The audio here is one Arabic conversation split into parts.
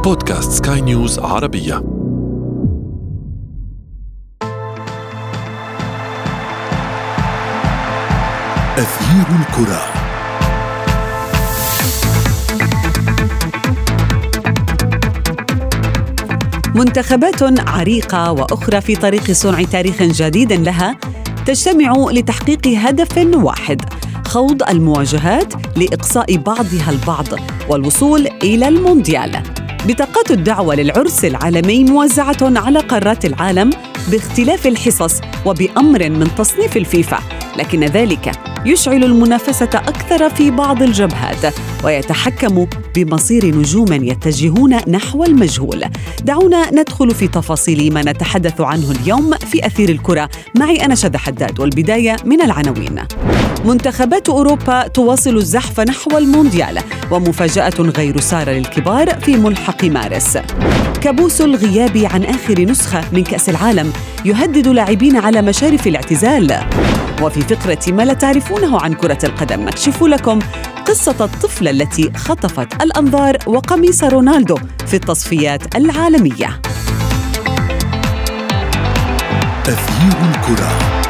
بودكاست سكاي نيوز عربية. أثير الكرة. منتخبات عريقة وأخرى في طريق صنع تاريخ جديد لها تجتمع لتحقيق هدف واحد: خوض المواجهات لإقصاء بعضها البعض والوصول إلى المونديال. بطاقات الدعوة للعرس العالمي موزعة على قارات العالم باختلاف الحصص وبأمر من تصنيف الفيفا، لكن ذلك يشعل المنافسة أكثر في بعض الجبهات ويتحكم بمصير نجوم يتجهون نحو المجهول. دعونا ندخل في تفاصيل ما نتحدث عنه اليوم في أثير الكرة. معي أنا شذى حداد، والبداية من العناوين. منتخبات أوروبا تواصل الزحف نحو المونديال، ومفاجأة غير سارة للكبار في ملحق مارس. كابوس الغياب عن آخر نسخة من كأس العالم يهدد لاعبين على مشارف الاعتزال. وفي فقرة ما لا تعرفونه عن كرة القدم نكشف لكم قصة الطفلة التي خطفت الأنظار وقميص رونالدو في التصفيات العالمية. أثير الكرة.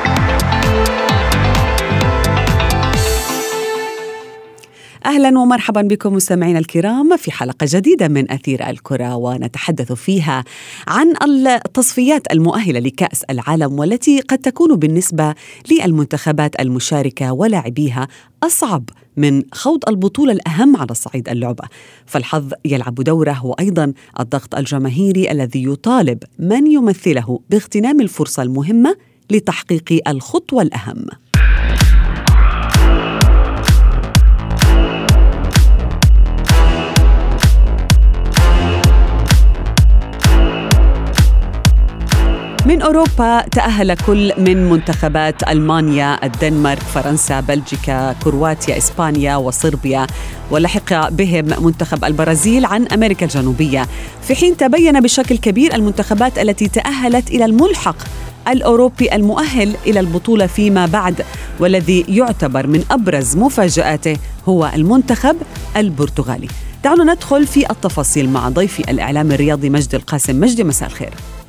أهلا ومرحبا بكم مستمعينا الكرام في حلقة جديدة من أثير الكرة، ونتحدث فيها عن التصفيات المؤهلة لكأس العالم، والتي قد تكون بالنسبة للمنتخبات المشاركة ولاعبيها أصعب من خوض البطولة الأهم على الصعيد اللعبة. فالحظ يلعب دوره، وأيضا الضغط الجماهيري الذي يطالب من يمثله باغتنام الفرصة المهمة لتحقيق الخطوة الأهم. من أوروبا تأهل كل من منتخبات ألمانيا، الدنمارك، فرنسا، بلجيكا، كرواتيا، إسبانيا وصربيا، ولحق بهم منتخب البرازيل عن أمريكا الجنوبية، في حين تبين بشكل كبير المنتخبات التي تأهلت إلى الملحق الأوروبي المؤهل إلى البطولة فيما بعد، والذي يعتبر من أبرز مفاجآته هو المنتخب البرتغالي. دعونا ندخل في التفاصيل مع ضيفي الإعلام الرياضي مجدي القاسم. مجدي، مساء الخير.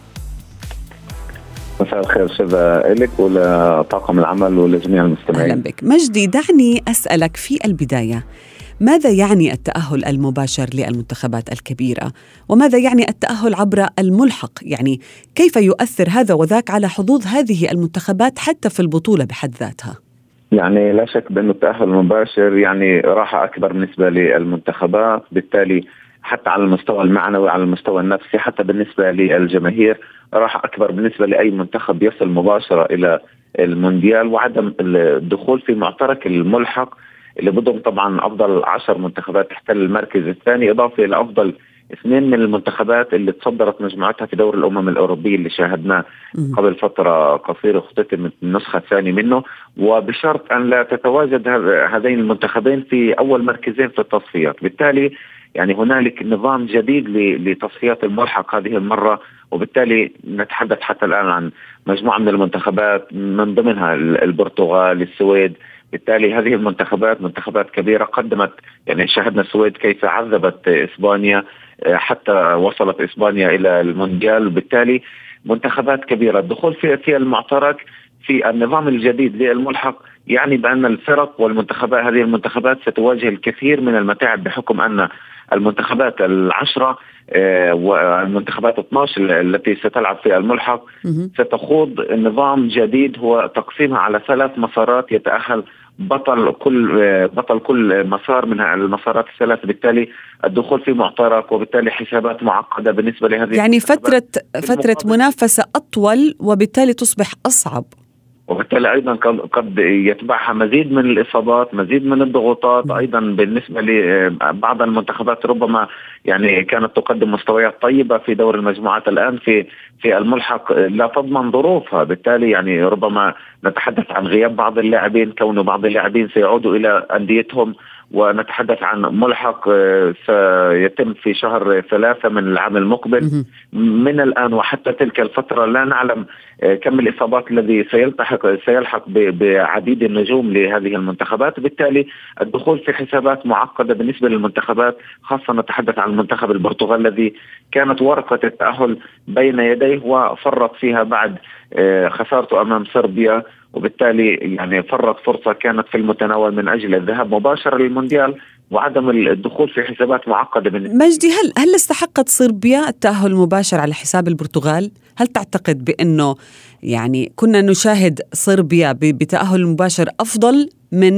مساء الخير شذى لك ولطاقم العمل ولجميع المستمعين. أهلا بك مجدي. دعني أسألك في البداية، ماذا يعني التأهل المباشر للمنتخبات الكبيرة؟ وماذا يعني التأهل عبر الملحق؟ يعني كيف يؤثر هذا وذاك على حظوظ هذه المنتخبات حتى في البطولة بحد ذاتها؟ يعني لا شك بأن التأهل المباشر يعني راحة أكبر بالنسبة للمنتخبات، بالتالي حتى على المستوى المعنوي، على المستوى النفسي، حتى بالنسبة للجماهير راح أكبر بالنسبة لأي منتخب يصل مباشرة إلى المونديال، وعدم الدخول في معترك الملحق اللي بدهم طبعا أفضل 10 منتخبات تحتل المركز الثاني، إضافة إلى أفضل 2 من المنتخبات اللي تصدرت مجموعتها في دور الأمم الأوروبية اللي شاهدناه قبل فترة قصيرة، اختتمت النسخة الثانية منه، وبشرط أن لا تتواجد هذين المنتخبين في أول مركزين في التصفيات. بالتالي يعني هنالك نظام جديد لتصفيات الملحق هذه المرة، وبالتالي نتحدث حتى الآن عن مجموعة من المنتخبات من ضمنها البرتغال، السويد. بالتالي هذه المنتخبات منتخبات كبيرة قدمت، يعني شاهدنا السويد كيف عذبت إسبانيا حتى وصلت إسبانيا إلى المونديال. بالتالي منتخبات كبيرة. الدخول في المعترك في النظام الجديد للملحق يعني بأن الفرق والمنتخبات، هذه المنتخبات ستواجه الكثير من المتاعب، بحكم أن المنتخبات 10 والمنتخبات 12 التي ستلعب في الملحق ستخوض نظام جديد، هو تقسيمها على 3 مسارات يتأهل بطل كل مسار من المسارات ال3. بالتالي الدخول في معترك، وبالتالي حسابات معقدة بالنسبة لهذه يعني فترة منافسة أطول، وبالتالي تصبح أصعب، وبالتالي أيضا قد يتبعها مزيد من الإصابات، مزيد من الضغوطات. أيضا بالنسبة لبعض المنتخبات ربما يعني كانت تقدم مستويات طيبة في دور المجموعات، الآن في الملحق لا تضمن ظروفها. بالتالي يعني ربما نتحدث عن غياب بعض اللاعبين، كون بعض اللاعبين سيعودوا إلى أنديتهم، ونتحدث عن ملحق سيتم في شهر 3 من العام المقبل. من الآن وحتى تلك الفترة لا نعلم كم الإصابات الذي سيلحق بعديد النجوم لهذه المنتخبات، بالتالي الدخول في حسابات معقدة بالنسبة للمنتخبات، خاصة نتحدث عن المنتخب البرتغال الذي كانت ورقة التأهل بين يديه وفرط فيها بعد خسارته أمام صربيا، وبالتالي يعني فرط فرصة كانت في المتناول من أجل الذهاب مباشرة للمونديال وعدم الدخول في حسابات معقدة. مجدي، هل استحقت صربيا التأهل المباشر على حساب البرتغال؟ هل تعتقد بأنه يعني كنا نشاهد صربيا بتأهل مباشر أفضل من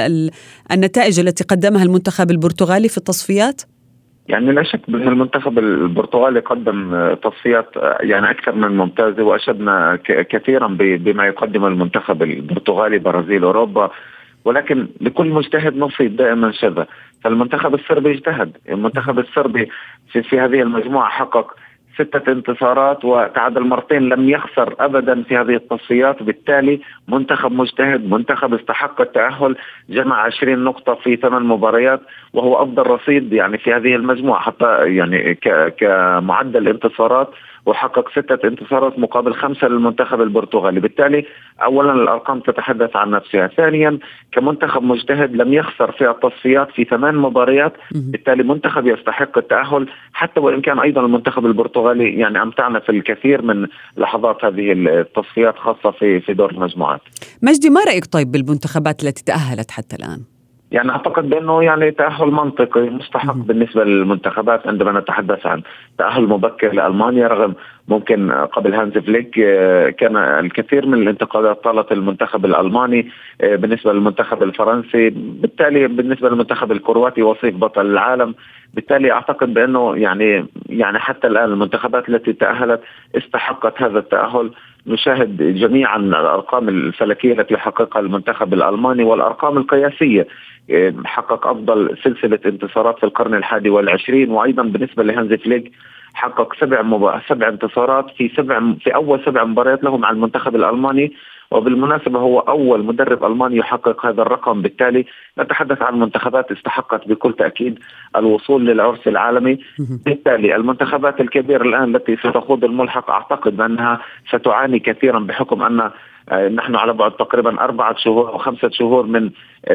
النتائج التي قدمها المنتخب البرتغالي في التصفيات؟ يعني لا شك بأن المنتخب البرتغالي قدم تصفيات يعني أكثر من ممتازة، وأشدنا كثيرا بما يقدم المنتخب البرتغالي برازيل أوروبا، ولكن لكل مجتهد نصيب دائما شذا. فالمنتخب الصربي اجتهد. المنتخب الصربي في هذه المجموعة حقق 6 انتصارات وتعادل مرتين، لم يخسر أبدا في هذه التصفيات، بالتالي منتخب مجتهد، منتخب استحق التأهل، جمع 20 نقطة في 8 مباريات، وهو أفضل رصيد يعني في هذه المجموعة حتى يعني كمعدل انتصارات، وحقق 6 انتصارات مقابل 5 للمنتخب البرتغالي. بالتالي أولا الأرقام تتحدث عن نفسها، ثانيا كمنتخب مجتهد لم يخسر في التصفيات في 8 مباريات، بالتالي منتخب يستحق التأهل، حتى وإن كان أيضا المنتخب البرتغالي يعني أمتعنا في الكثير من لحظات هذه التصفيات خاصة في دور المجموعات. مجدي، ما رأيك طيب بالمنتخبات التي تأهلت حتى الآن؟ يعني أعتقد بأنه يعني تأهل منطقي مستحق بالنسبة للمنتخبات. عندما نتحدث عن تأهل مبكر لألمانيا، رغم ممكن قبل هانز فليك كان الكثير من الانتقادات طالت المنتخب الألماني بالنسبة للمنتخب الفرنسي، بالتالي بالنسبة للمنتخب الكرواتي وصيف بطل العالم. بالتالي أعتقد بأنه يعني حتى الآن المنتخبات التي تأهلت استحقت هذا التأهل. نشاهد جميعا الأرقام الفلكية التي يحققها المنتخب الألماني والأرقام القياسية، حقق أفضل سلسلة انتصارات في القرن 21، وأيضا بالنسبة لهانز فليك حقق 7 انتصارات في أول 7 مباريات له مع المنتخب الألماني، وبالمناسبة هو أول مدرب ألماني يحقق هذا الرقم. بالتالي نتحدث عن منتخبات استحقت بكل تأكيد الوصول للعرس العالمي. بالتالي المنتخبات الكبيرة الآن التي ستخوض الملحق أعتقد بأنها ستعاني كثيرا، بحكم أن نحن على بعد تقريبا 4 شهور أو 5 شهور من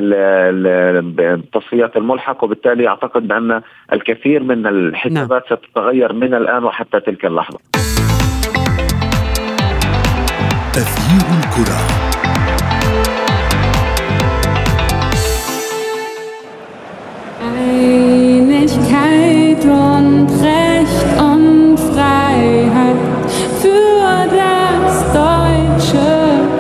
تصفيات الملحق، وبالتالي أعتقد بأن الكثير من الحسابات ستتغير من الآن وحتى تلك اللحظة. تغيير الكرة. Einigkeit und Recht und Freiheit für das deutsche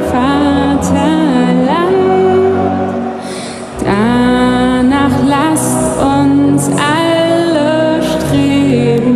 Vaterland. Danach lasst uns alle streben,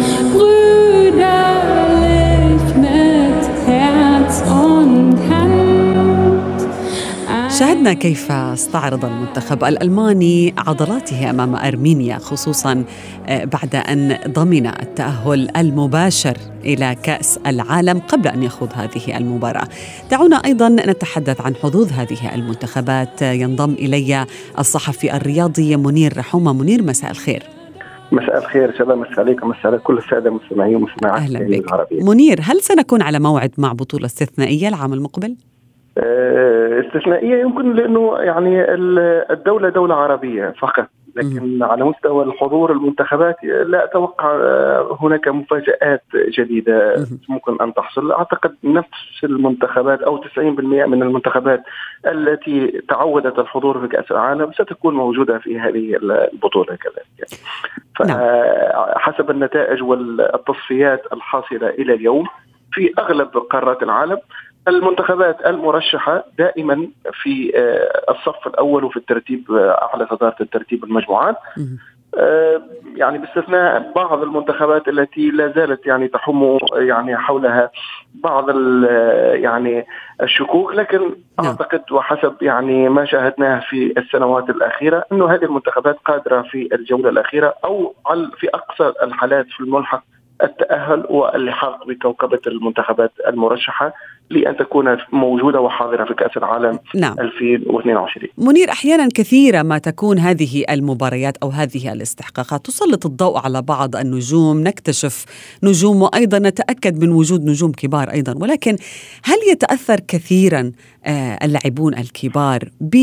brüderlich mit Herz und Hand. شاهدنا كيف استعرض المنتخب الألماني عضلاته أمام أرمينيا، خصوصا بعد أن ضمن التأهل المباشر إلى كأس العالم قبل أن يخوض هذه المباراة. دعونا أيضا نتحدث عن حظوظ هذه المنتخبات. ينضم إلي الصحفي الرياضي منير رحومة. منير، مساء الخير. مساء الخير شباب، مساء عليكم، مساء على كل السادة المستمعين ومستمعات العربية. منير، هل سنكون على موعد مع بطولة استثنائية العام المقبل؟ استثنائية يمكن، لأنه يعني الدولة دولة عربية فقط، لكن على مستوى الحضور المنتخبات لا أتوقع هناك مفاجآت جديدة ممكن أن تحصل. أعتقد نفس المنتخبات أو 90% من المنتخبات التي تعودت الحضور في كأس العالم ستكون موجودة في هذه البطولة كذلك. فحسب النتائج والتصفيات الحاصلة إلى اليوم في أغلب قارات العالم، المنتخبات المرشحة دائما في الصف الأول وفي الترتيب أعلى صدارة الترتيب المجموعات، يعني باستثناء بعض المنتخبات التي لا زالت يعني تحم يعني حولها بعض يعني الشكوك، لكن أعتقد وحسب يعني ما شاهدناه في السنوات الأخيرة أنه هذه المنتخبات قادرة في الجولة الأخيرة أو في أقصى الحالات في الملحق التأهل واللحاق بكوكبة المنتخبات المرشحة لأن تكون موجودة وحاضرة في كأس العالم نعم. 2022. منير، أحيانا كثيرة ما تكون هذه المباريات أو هذه الاستحقاقات تسلط الضوء على بعض النجوم، نكتشف نجوم وأيضا نتأكد من وجود نجوم كبار أيضا، ولكن هل يتأثر كثيرا اللاعبون الكبار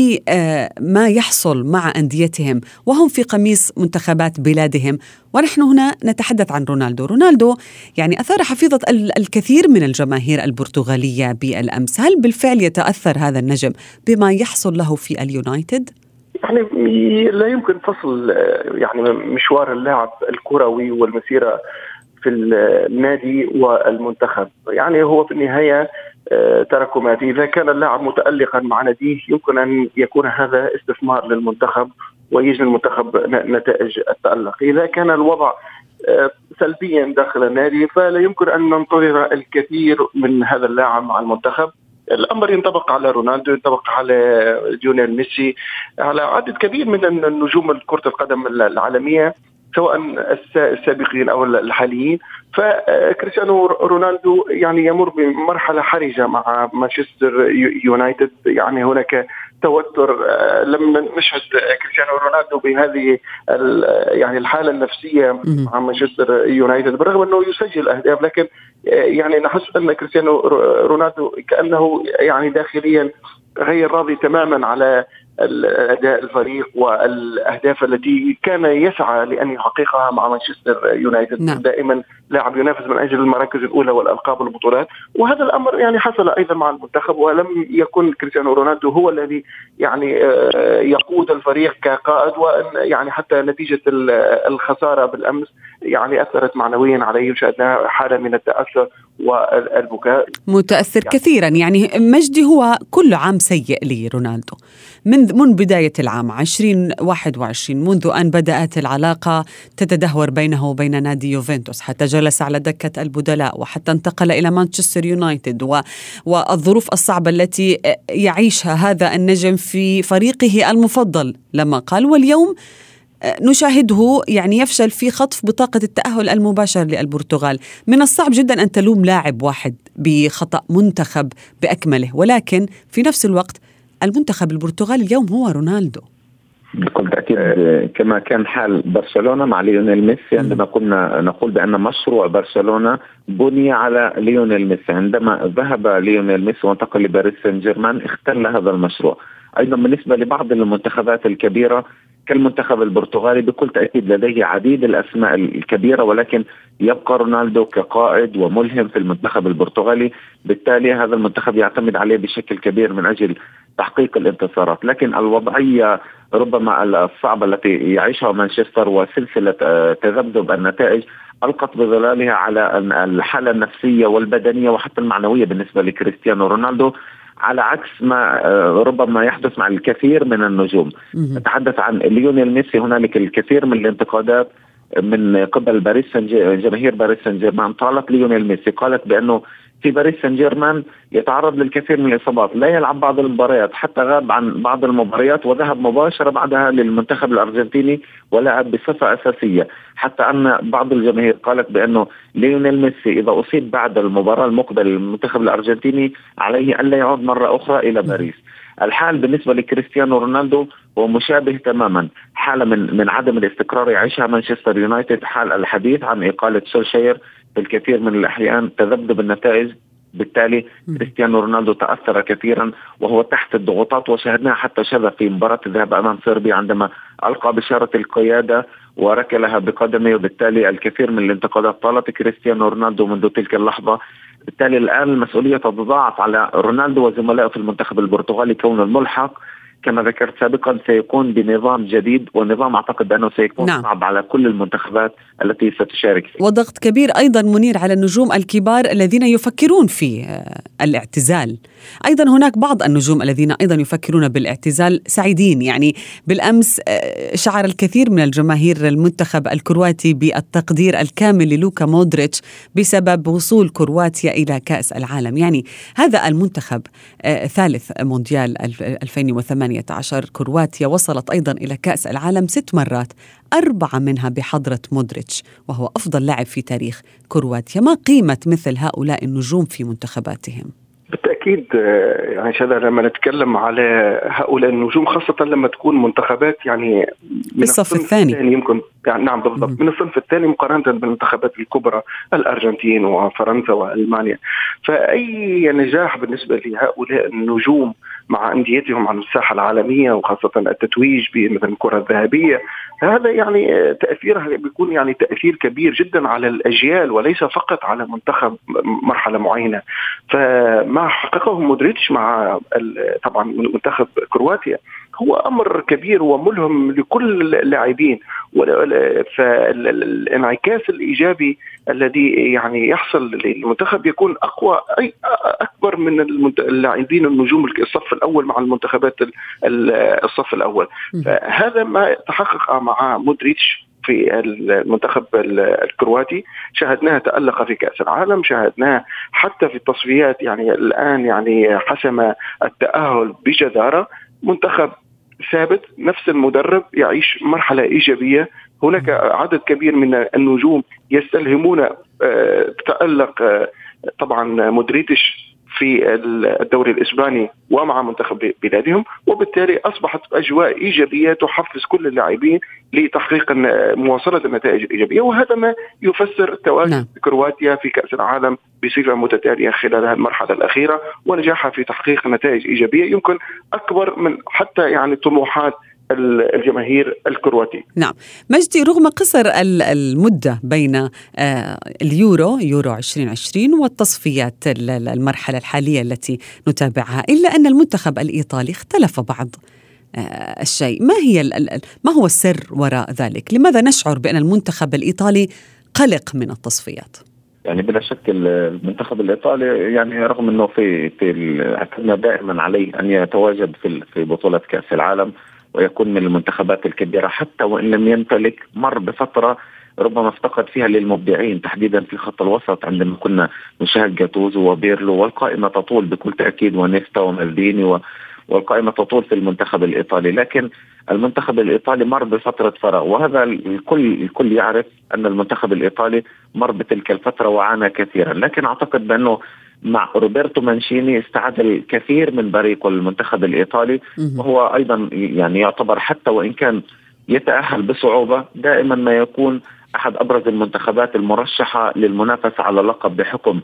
بما يحصل مع أنديتهم وهم في قميص منتخبات بلادهم؟ ونحن هنا نتحدث عن رونالدو يعني أثار حفيظة الكثير من الجماهير البرتغالية بالأمس. هل بالفعل يتأثر هذا النجم بما يحصل له في اليونايتد؟ يعني لا يمكن فصل يعني مشوار اللاعب الكروي والمسيرة في النادي والمنتخب. يعني هو في النهاية تراكمات. إذا كان اللاعب متألقا مع ناديه يمكن أن يكون هذا استثمار للمنتخب ويجني المنتخب نتائج التألق. إذا كان الوضع سلبيا داخل النادي فلا يمكن أن ننتظر الكثير من هذا اللاعب مع المنتخب. الأمر ينطبق على رونالدو، ينطبق على ليونيل ميسي، على عدد كبير من النجوم كرة القدم العالمية سواء السابقين أو الحاليين. فكريستيانو رونالدو يعني يمر بمرحلة حرجة مع مانشستر يونايتد. يعني هناك توتر. لم نشهد كريستيانو رونالدو بهذه يعني الحالة النفسية مع مانشستر يونايتد بالرغم أنه يسجل أهداف، لكن يعني نحس أن كريستيانو رونالدو كأنه يعني داخليا غير راضي تماما على الأداء الفريق والأهداف التي كان يسعى لأن يحققها مع مانشستر يونايتد. نعم. دائما لاعب ينافس من أجل المراكز الأولى والألقاب والبطولات، وهذا الأمر يعني حصل أيضا مع المنتخب. ولم يكن كريستيانو رونالدو هو الذي يعني يقود الفريق كقائد، وأن يعني حتى نتيجة الخسارة بالأمس يعني أثرت معنويا عليه وشأنها حالة من التأثر والبكاء. متأثر كثيرا. يعني مجدي هو كل عام سيء لرونالدو من بداية العام 2021، منذ أن بدأت العلاقة تتدهور بينه وبين نادي يوفنتوس، حتى جلس على دكة البدلاء وحتى انتقل إلى مانشستر يونايتد والظروف الصعبة التي يعيشها هذا النجم في فريقه المفضل لما قال. واليوم نشاهده يعني يفشل في خطف بطاقة التأهل المباشر للبرتغال. من الصعب جدا أن تلوم لاعب واحد بخطأ منتخب بأكمله، ولكن في نفس الوقت المنتخب البرتغالي اليوم هو رونالدو. بكل تأكيد كما كان حال برشلونة مع ليونيل ميسي، عندما كنا نقول بأن مشروع برشلونة بني على ليونيل ميسي. عندما ذهب ليونيل ميسي وانتقل لباريس سان جيرمان اختل هذا المشروع. أيضا بالنسبة لبعض المنتخبات الكبيرة كالمنتخب البرتغالي بكل تأكيد لديه عديد الأسماء الكبيرة، ولكن يبقى رونالدو كقائد وملهم في المنتخب البرتغالي. بالتالي هذا المنتخب يعتمد عليه بشكل كبير من أجل تحقيق الانتصارات. لكن الوضعية ربما الصعبة التي يعيشها مانشستر وسلسلة تذبذب النتائج ألقت بظلالها على الحالة النفسية والبدنية وحتى المعنوية بالنسبة لكريستيانو رونالدو، على عكس ما ربما يحدث مع الكثير من النجوم. نتحدث عن ليونيل ميسي، هنالك الكثير من الانتقادات من قبل جماهير باريس سان جيرمان طالت ليونيل ميسي، قالت بأنه في باريس سان جيرمان يتعرض للكثير من الإصابات، لا يلعب بعض المباريات، حتى غاب عن بعض المباريات وذهب مباشرة بعدها للمنتخب الأرجنتيني ولعب بصفة أساسية. حتى أن بعض الجماهير قالت بأنه ليونيل ميسي إذا أصيب بعد المباراة المقبلة للمنتخب الأرجنتيني عليه ألا يعود مرة أخرى إلى باريس. الحال بالنسبة لكريستيانو رونالدو هو مشابه تماما، حالة من عدم الاستقرار يعيشها مانشستر يونايتد، حال الحديث عن إقالة سولشاير في الكثير من الأحيان، تذبذب النتائج. بالتالي كريستيانو رونالدو تأثر كثيرا وهو تحت الضغوطات، وشاهدناها حتى شذا في مباراة الذهاب أمام صربيا عندما ألقى بشارة القيادة وركلها بقدمه، وبالتالي الكثير من الانتقادات طالت كريستيانو رونالدو منذ تلك اللحظة. بالتالي الآن المسؤولية تتضاعف على رونالدو وزملائه في المنتخب البرتغالي، كون الملحق كما ذكرت سابقا سيكون بنظام جديد، ونظام أعتقد أنه سيكون صعب على كل المنتخبات التي ستشارك فيه. وضغط كبير أيضا منير على النجوم الكبار الذين يفكرون في الاعتزال. أيضا هناك بعض النجوم الذين أيضا يفكرون بالاعتزال سعيدين. يعني بالأمس شعر الكثير من الجماهير المنتخب الكرواتي بالتقدير الكامل للوكا مودريتش بسبب وصول كرواتيا إلى كأس العالم. يعني هذا المنتخب ثالث مونديال 2018، كرواتيا وصلت أيضا إلى كأس العالم 6 مرات، 4 منها بحضرة مودريتش وهو أفضل لاعب في تاريخ كرواتيا. ما قيمة مثل هؤلاء النجوم في منتخباتهم؟ بالتأكيد يعني شذا لما نتكلم على هؤلاء النجوم خاصة لما تكون منتخبات يعني من الصف الثاني يمكن يعني نعم بالضبط من الصنف الثاني مقارنة بالمنتخبات الكبرى الأرجنتين وفرنسا وألمانيا. فأي نجاح بالنسبة لهؤلاء النجوم مع أنديتهم على الساحة العالمية وخاصة التتويج بمثل الكرة الذهبية، هذا يعني تأثيرها بيكون يعني تأثير كبير جدا على الأجيال وليس فقط على منتخب مرحلة معينة. فما حققه مودريتش مع طبعا منتخب كرواتيا هو أمر كبير وملهم لكل اللاعبين، فالانعكاس الإيجابي الذي يعني يحصل للمنتخب يكون أقوى أكبر من اللاعبين النجوم الصف الأول مع المنتخبات الصف الأول. فهذا ما تحقق مع مودريتش في المنتخب الكرواتي، شاهدناه تألق في كأس العالم، شاهدناه حتى في التصفيات، يعني الآن يعني حسم التأهل بجدارة. منتخب ثابت، نفس المدرب يعيش مرحلة إيجابية، هناك عدد كبير من النجوم يستلهمون تألق طبعا مودريتش في الدوري الإسباني ومع منتخب بلادهم، وبالتالي أصبحت أجواء إيجابية تحفز كل اللاعبين لتحقيق مواصلة النتائج الإيجابية، وهذا ما يفسر تواجد كرواتيا في كأس العالم بصفة متتالية خلال المرحلة الأخيرة ونجاحها في تحقيق نتائج إيجابية يمكن أكبر من حتى يعني طموحات الجماهير الكرواتي. نعم مجدي، رغم قصر المدة بين اليورو 2020 والتصفيات المرحلة الحالية التي نتابعها، إلا أن المنتخب الإيطالي اختلف بعض الشيء. ما هو السر وراء ذلك؟ لماذا نشعر بأن المنتخب الإيطالي قلق من التصفيات؟ يعني بلا شك المنتخب الإيطالي يعني رغم أنه اعتدنا دائما عليه أن يتواجد في بطولة كأس العالم ويكون من المنتخبات الكبيرة، حتى وإن لم يمتلك، مر بفترة ربما افتقد فيها للمبدعين تحديدا في خط الوسط، عندما كنا نشاهد جاتوزو وبيرلو، والقائمة تطول بكل تأكيد، ونيستا ومالديني، والقائمة تطول في المنتخب الإيطالي. لكن المنتخب الإيطالي مر بفترة فراغ، وهذا الكل يعرف أن المنتخب الإيطالي مر بتلك الفترة وعانى كثيرا. لكن أعتقد بأنه مع روبرتو مانشيني استعاد الكثير من بريقه للمنتخب الإيطالي، وهو أيضا يعني يعتبر حتى وإن كان يتأهل بصعوبة دائما ما يكون أحد أبرز المنتخبات المرشحة للمنافسة على اللقب بحكم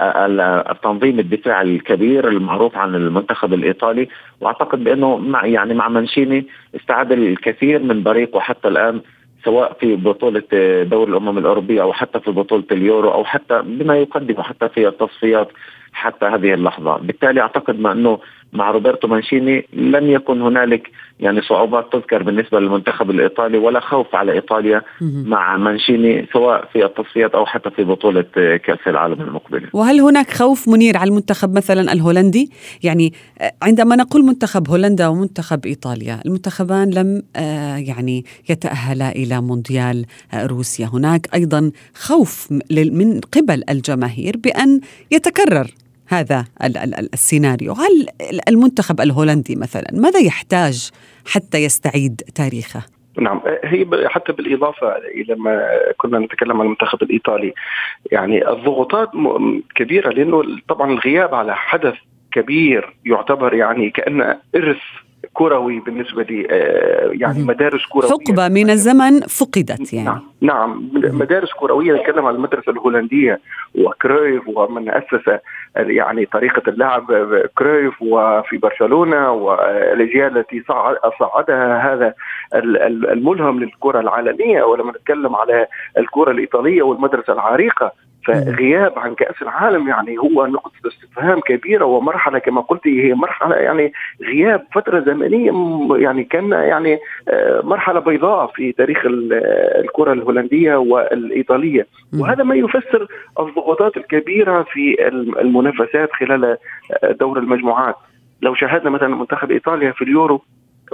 التنظيم الدفاع الكبير المعروف عن المنتخب الإيطالي. وأعتقد بأنه مع مانشيني استعاد الكثير من بريقه حتى الآن، سواء في بطولة دوري الأمم الأوروبية أو حتى في بطولة اليورو أو حتى بما يقدمه حتى في التصفيات حتى هذه اللحظة. بالتالي أعتقد أنه مع روبرتو مانشيني لن يكن هنالك يعني صعوبات تذكر بالنسبة للمنتخب الإيطالي، ولا خوف على إيطاليا مع مانشيني سواء في التصفيات أو حتى في بطولة كأس العالم المقبلة. وهل هناك خوف منير على المنتخب مثلا الهولندي؟ يعني عندما نقول منتخب هولندا ومنتخب إيطاليا، المنتخبان لم يعني يتأهلا إلى مونديال روسيا، هناك أيضا خوف من قبل الجماهير بأن يتكرر هذا السيناريو. هل المنتخب الهولندي مثلا ماذا يحتاج حتى يستعيد تاريخه؟ نعم، هي حتى بالإضافة إلى ما كنا نتكلم عن المنتخب الإيطالي، يعني الضغوطات كبيرة، لأنه طبعا الغياب على حدث كبير يعتبر يعني كأنه إرث كروي بالنسبة لي، يعني مدارس كروية، حقبة من الزمن فقدت يعني. نعم مدارس كروية. نتكلم عن المدرسة الهولندية وكرويف، ومن أسس يعني طريقة اللعب كرويف وفي برشلونة، والأجيال التي صعدها هذا الملهم للكرة العالمية. ولما نتكلم على الكرة الإيطالية والمدرسة العريقة، فغياب عن كأس العالم يعني هو نقطة استفهام كبيرة، ومرحلة كما قلت هي مرحلة يعني غياب فترة زمنية يعني كان يعني مرحلة بيضاء في تاريخ الكرة الهولندية والإيطالية. وهذا ما يفسر الضغوطات الكبيرة في المنافسات خلال دور المجموعات. لو شاهدنا مثلا منتخب إيطاليا في اليورو،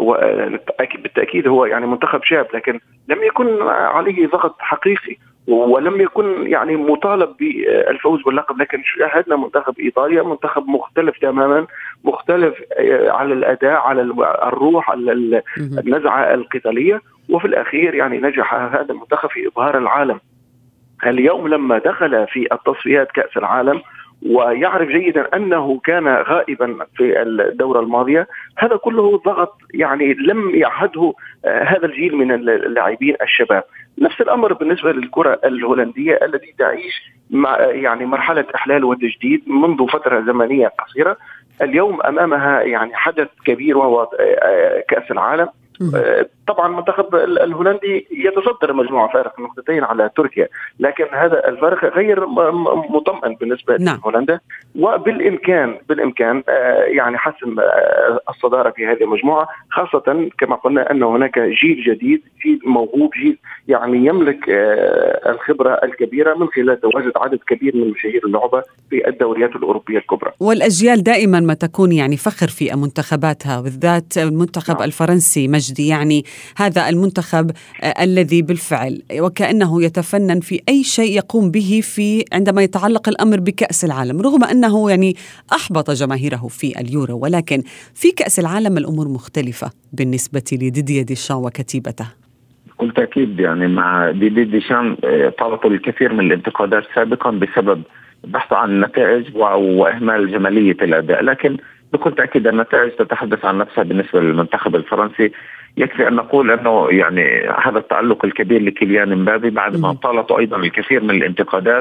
بالتأكيد هو يعني منتخب شاب، لكن لم يكن عليه ضغط حقيقي ولم يكن يعني مطالب بالفوز باللقب. لكن شاهدنا منتخب إيطاليا منتخب مختلف تماما، مختلف على الأداء، على الروح، على النزعة القتالية، وفي الأخير يعني نجح هذا المنتخب في إبهار العالم. اليوم لما دخل في التصفيات كأس العالم ويعرف جيدا أنه كان غائبا في الدورة الماضية. هذا كله ضغط يعني لم يعهده هذا الجيل من اللاعبين الشباب. نفس الأمر بالنسبة للكرة الهولندية التي تعيش يعني مرحلة إحلال وتجديد منذ فترة زمنية قصيرة. اليوم أمامها يعني حدث كبير وهو كأس العالم. طبعا المنتخب الهولندي يتصدر مجموعة فارق نقطتين على تركيا، لكن هذا الفارق غير مطمئن بالنسبة لهولندا، وبالإمكان يعني حسم الصدارة في هذه المجموعة، خاصة كما قلنا أن هناك جيل جديد، جيل موهوب، جيل يعني يملك الخبرة الكبيرة من خلال تواجد عدد كبير من مشاهير اللعبة في الدوريات الأوروبية الكبرى. والأجيال دائما ما تكون يعني فخر في منتخباتها، بالذات المنتخب الفرنسي مجدي، يعني هذا المنتخب الذي بالفعل وكأنه يتفنن في أي شيء يقوم به في عندما يتعلق الأمر بكأس العالم، رغم أنه يعني أحبط جماهيره في اليورو، ولكن في كأس العالم الأمور مختلفة بالنسبة لديدييه ديشان وكتيبته. بكل تأكيد يعني مع ديدييه ديشان طالبوا الكثير من الانتقادات سابقا بسبب بحث عن النتائج وإهمال جمالية الأداء، لكن بكل تأكيد النتائج تتحدث عن نفسها بالنسبة للمنتخب الفرنسي. يكفي أن نقول أنه يعني هذا التألق الكبير لكيليان امبابي بعد ما طالته أيضا الكثير من الانتقادات،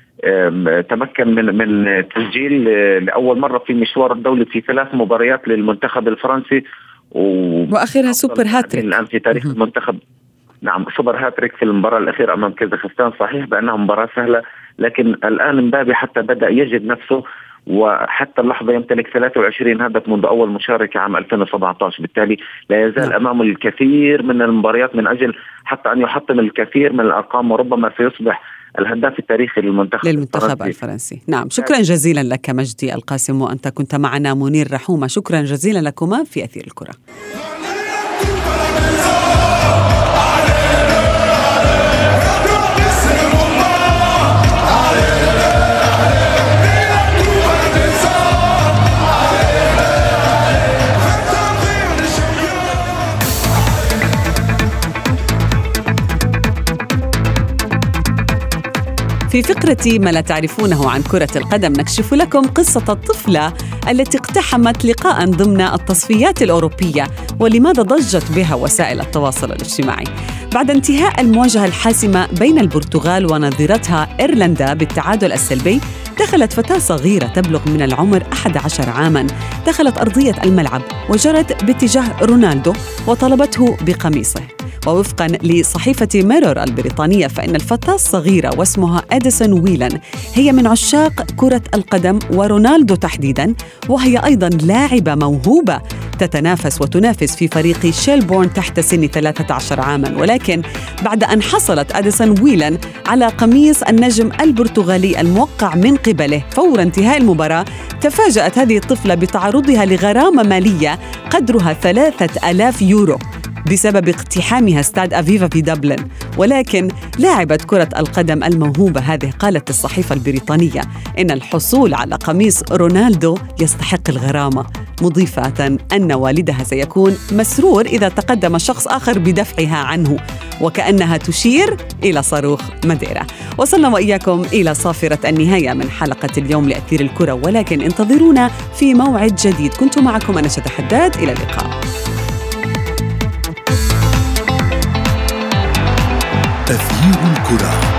تمكن من تسجيل لأول مرة في مشوار الدولي في 3 مباريات للمنتخب الفرنسي، وآخرها سوبر هاتريك الآن في تاريخ المنتخب. نعم، سوبر هاتريك في المباراة الأخيرة أمام كازاخستان. صحيح بأنها مباراة سهلة، لكن الآن امبابي حتى بدأ يجد نفسه، وحتى اللحظة يمتلك 23 هدف منذ أول مشاركة عام 2017. بالتالي لا يزال أمامه الكثير من المباريات من أجل حتى أن يحطم الكثير من الأرقام، وربما سيصبح الهداف التاريخي للمنتخب الفرنسي. نعم، شكرا جزيلا لك مجدي القاسم، وأنت كنت معنا منير رحومة. شكرا جزيلا لكما في أثير الكرة. في فقرة ما لا تعرفونه عن كرة القدم نكشف لكم قصة الطفلة التي اقتحمت لقاء ضمن التصفيات الأوروبية، ولماذا ضجت بها وسائل التواصل الاجتماعي. بعد انتهاء المواجهة الحاسمة بين البرتغال ونظيرتها إيرلندا بالتعادل السلبي، دخلت فتاة صغيرة تبلغ من العمر 11 عاماً، دخلت أرضية الملعب وجرت باتجاه رونالدو وطلبته بقميصه. ووفقاً لصحيفة ميرور البريطانية، فإن الفتاة الصغيرة واسمها أديسون ويلان هي من عشاق كرة القدم ورونالدو تحديداً، وهي أيضاً لاعبة موهوبة تتنافس وتنافس في فريق شيلبورن تحت سن 13 عاماً. ولكن بعد أن حصلت أديسون ويلان على قميص النجم البرتغالي الموقع من قبله فور انتهاء المباراة، تفاجأت هذه الطفلة بتعرضها لغرامة مالية قدرها 3000 يورو بسبب اقتحامها استاد أفيفا في دبلن. ولكن لاعبة كرة القدم الموهوبة هذه قالت الصحيفة البريطانية إن الحصول على قميص رونالدو يستحق الغرامة، مضيفة أن والدها سيكون مسرور إذا تقدم شخص آخر بدفعها عنه، وكأنها تشير إلى صاروخ ماديرا. وصلنا وإياكم إلى صافرة النهاية من حلقة اليوم لأثير الكرة، ولكن انتظرونا في موعد جديد. كنت معكم أنا شذى حداد، إلى اللقاء. أثير الكرة.